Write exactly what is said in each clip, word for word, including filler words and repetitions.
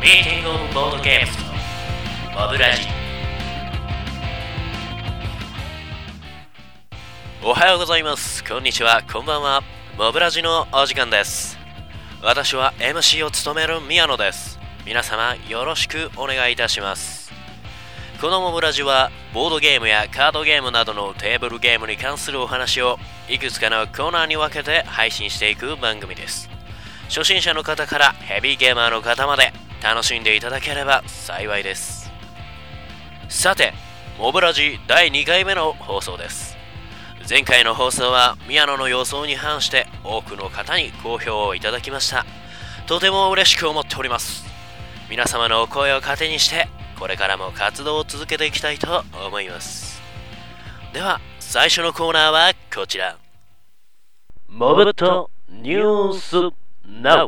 ミーティングオブボードゲームズのモブラジ。おはようございます。こんにちは、こんばんは。モブラジのお時間です。私は エムシー を務める宮野です。皆様よろしくお願いいたします。このモブラジはボードゲームやカードゲームなどのテーブルゲームに関するお話をいくつかのコーナーに分けて配信していく番組です。初心者の方からヘビーゲーマーの方まで楽しんでいただければ幸いです。さて、モブラジだいにかいめの放送です。前回の放送は宮野の予想に反して多くの方に好評をいただきました。とても嬉しく思っております。皆様のお声を糧にしてこれからも活動を続けていきたいと思います。では最初のコーナーはこちら、モブとニュースナウ。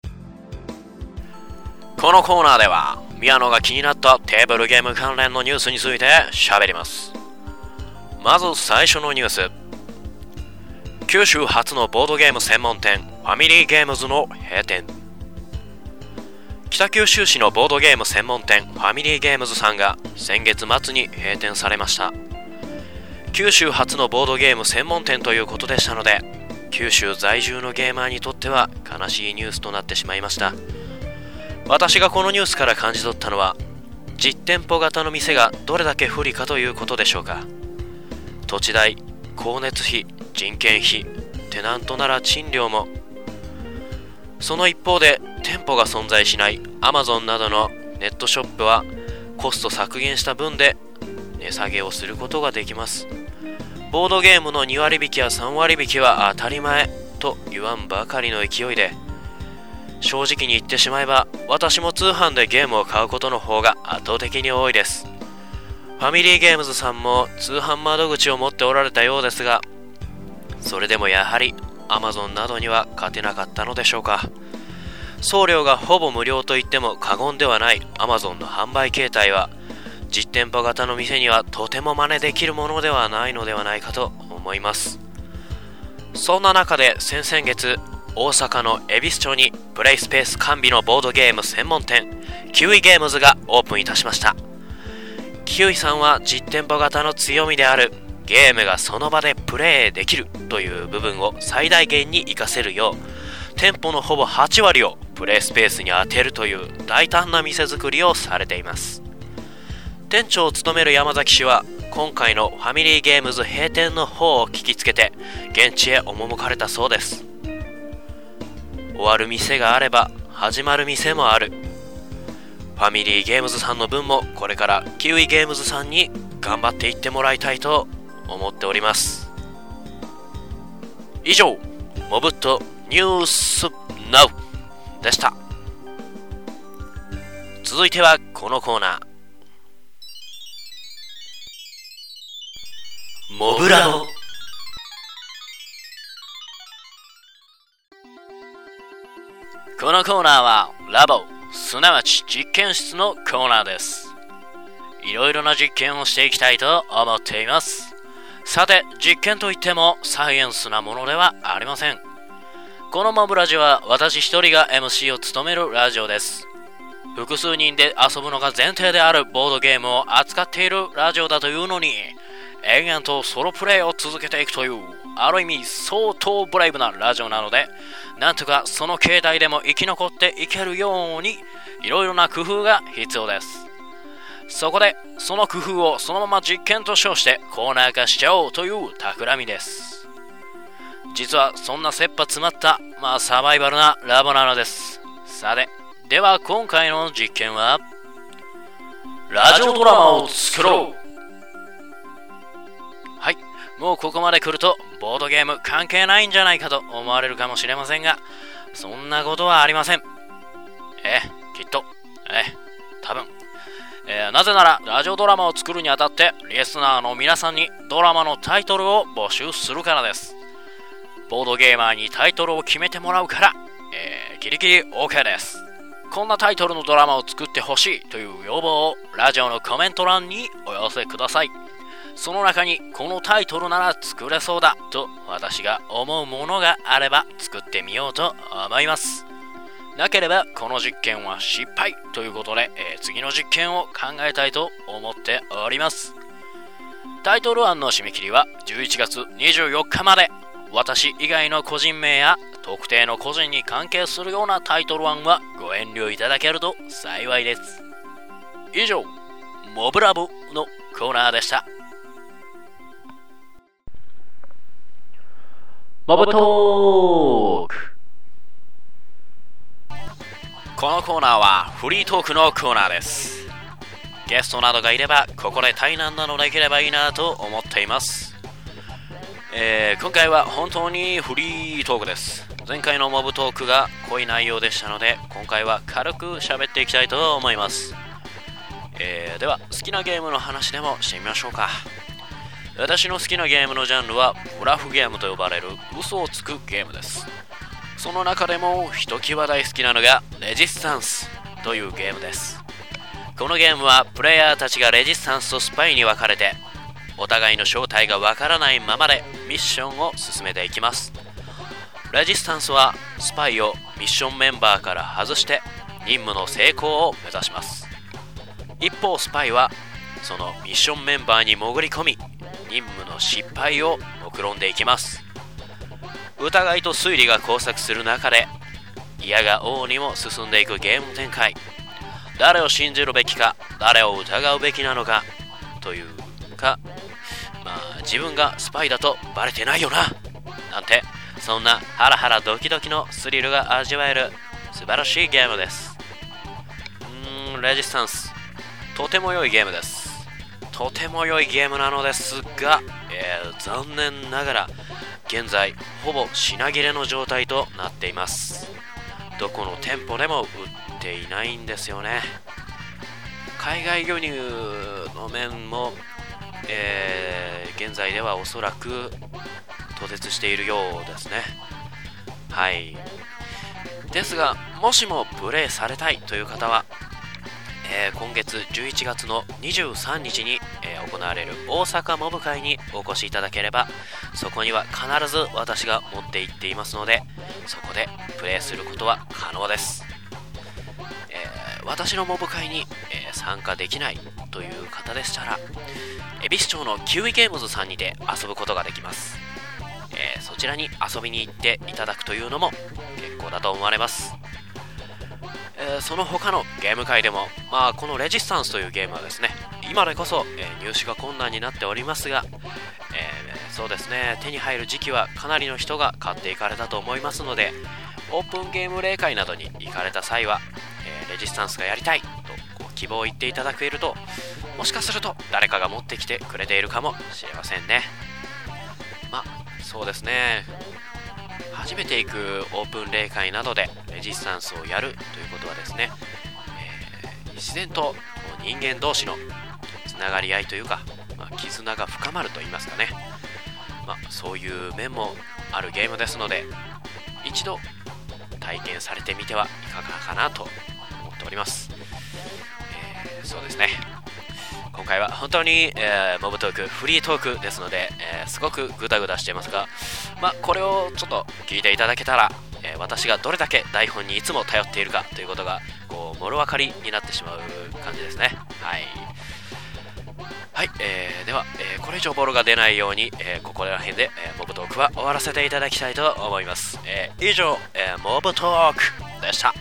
このコーナーでは宮野が気になったテーブルゲーム関連のニュースについて喋ります。まず最初のニュース、九州初のボードゲーム専門店ファミリーゲームズの閉店。北九州市のボードゲーム専門店ファミリーゲームズさんが先月末に閉店されました。九州初のボードゲーム専門店ということでしたので、九州在住のゲーマーにとっては悲しいニュースとなってしまいました。私がこのニュースから感じ取ったのは、実店舗型の店がどれだけ不利かということでしょうか。土地代、光熱費、人件費、テナントなら賃料も。その一方で店舗が存在しない Amazon などのネットショップはコスト削減した分で値下げをすることができます。ボードゲームのに割引やさん割引は当たり前と言わんばかりの勢いで、正直に言ってしまえば私も通販でゲームを買うことの方が圧倒的に多いです。ファミリーゲームズさんも通販窓口を持っておられたようですが、それでもやはり Amazon などには勝てなかったのでしょうか。送料がほぼ無料と言っても過言ではない Amazon の販売形態は、実店舗型の店にはとても真似できるものではないのではないかと思います。そんな中で先々月、大阪の恵比寿町にプレイスペース完備のボードゲーム専門店キウイゲームズがオープンいたしました。キウイさんは実店舗型の強みであるゲームがその場でプレイできるという部分を最大限に活かせるよう、店舗のほぼはち割をプレイスペースに充てるという大胆な店作りをされています。店長を務める山崎氏は今回のファミリーゲームズ閉店の方を聞きつけて現地へ赴かれたそうです。終わる店があれば始まる店もある。ファミリーゲームズさんの分もこれからキウイゲームズさんに頑張っていってもらいたいと思っております。以上、モブットニュースナウでした。続いてはこのコーナー、モブラボ。このコーナーはラボ、すなわち実験室のコーナーです。いろいろな実験をしていきたいと思っています。さて、実験といってもサイエンスなものではありません。このモブラジは私一人が エムシー を務めるラジオです。複数人で遊ぶのが前提であるボードゲームを扱っているラジオだというのに、延々とソロプレイを続けていくというある意味相当ブレイブなラジオなので、なんとかその境内でも生き残っていけるようにいろいろな工夫が必要です。そこでその工夫をそのまま実験と称してコーナー化しちゃおうという企みです。実はそんな切羽詰まったまあサバイバルなラボなのです。さて、では今回の実験はラジオドラマを作ろう。はい、もうここまで来るとボードゲーム関係ないんじゃないかと思われるかもしれませんが、そんなことはありません。えきっとえ多分えー、なぜならラジオドラマを作るにあたってリスナーの皆さんにドラマのタイトルを募集するからです。ボードゲーマーにタイトルを決めてもらうから、えー、ギリギリ OK です。こんなタイトルのドラマを作ってほしいという要望をラジオのコメント欄にお寄せください。その中にこのタイトルなら作れそうだと私が思うものがあれば作ってみようと思います。 なければこの実験は失敗ということで、えー、次の実験を考えたいと思っております。タイトル案の締め切りはじゅういちがつにじゅうよっかまで。私以外の個人名や特定の個人に関係するようなタイトル案はご遠慮いただけると幸いです。以上、モブラブのコーナーでした。モブトーク。このコーナーはフリートークのコーナーです。ゲストなどがいればここで対談などできればいいなと思っています。えー、今回は本当にフリートークです。前回のモブトークが濃い内容でしたので、今回は軽く喋っていきたいと思います。えー、では好きなゲームの話でもしてみましょうか。私の好きなゲームのジャンルはブラフゲームと呼ばれる嘘をつくゲームです。その中でもひときわ大好きなのがレジスタンスというゲームです。このゲームはプレイヤーたちがレジスタンスとスパイに分かれて、お互いの正体がわからないままでミッションを進めていきます。レジスタンスはスパイをミッションメンバーから外して任務の成功を目指します。一方スパイはそのミッションメンバーに潜り込み、任務の失敗を目論んでいきます。疑いと推理が交錯する中で、嫌が王にも進んでいくゲーム展開。誰を信じるべきか、誰を疑うべきなのかというか、まあ自分がスパイだとバレてないよななんて、そんなハラハラドキドキのスリルが味わえる素晴らしいゲームです。うーんレジスタンス、とても良いゲームです。とても良いゲームなのですが、えー、残念ながら現在ほぼ品切れの状態となっています。どこの店舗でも売っていないんですよね。海外輸入の面も、えー、現在ではおそらく途絶しているようですね。はい。ですが、もしもプレイされたいという方は、えー、今月じゅういちがつのにじゅうさんにちに、えー、行われる大阪モブ会にお越しいただければ、そこには必ず私が持って行っていますので、そこでプレイすることは可能です。えー、私のモブ会に、えー、参加できないという方でしたら、恵比寿町のキウイゲームズさんにて遊ぶことができます。えー、そちらに遊びに行っていただくというのも結構だと思われます。えー、その他のゲーム界でも、まあ、このレジスタンスというゲームはですね、今でこそ、えー、入手が困難になっておりますが、えー、そうですね、手に入る時期はかなりの人が買っていかれたと思いますので、オープンゲーム例会などに行かれた際は、えー、レジスタンスがやりたいとこう希望を言っていただけると、もしかすると誰かが持ってきてくれているかもしれませんね。まあそうですね、初めて行くオープン例会などでレジスタンスをやるということはですね、えー、自然と人間同士のつながり合いというか、まあ、絆が深まると言いますかね、まあ、そういう面もあるゲームですので、一度体験されてみてはいかがかなと思っております。えー、そうですね、今回は本当に、えー、モブトークフリートークですので、えー、すごくグダグダしてますが、まあ、これをちょっと聞いていただけたら、えー、私がどれだけ台本にいつも頼っているかということがこうもろ分かりになってしまう感じですね。はい、はい、えー、では、えー、これ以上ボロが出ないように、えー、ここら辺で、えー、モブトークは終わらせていただきたいと思います。えー、以上、えー、モブトークでした。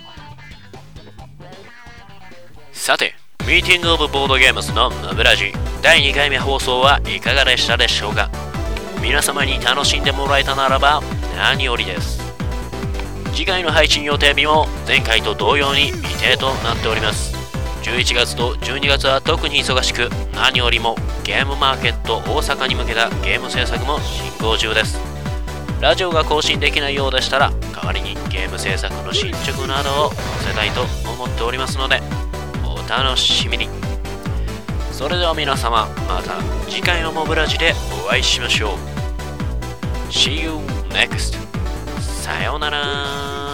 さて、ミーティングオブボードゲームズのモブラジだいにかいめ放送はいかがでしたでしょうか。皆様に楽しんでもらえたならば何よりです。次回の配信予定日も前回と同様に未定となっております。じゅういちがつとじゅうにがつは特に忙しく、何よりもゲームマーケット大阪に向けたゲーム制作も進行中です。ラジオが更新できないようでしたら、代わりにゲーム制作の進捗などを載せたいと思っておりますので、お楽しみに。それでは皆様、また次回のモブラジでお会いしましょう。See you next. さようなら。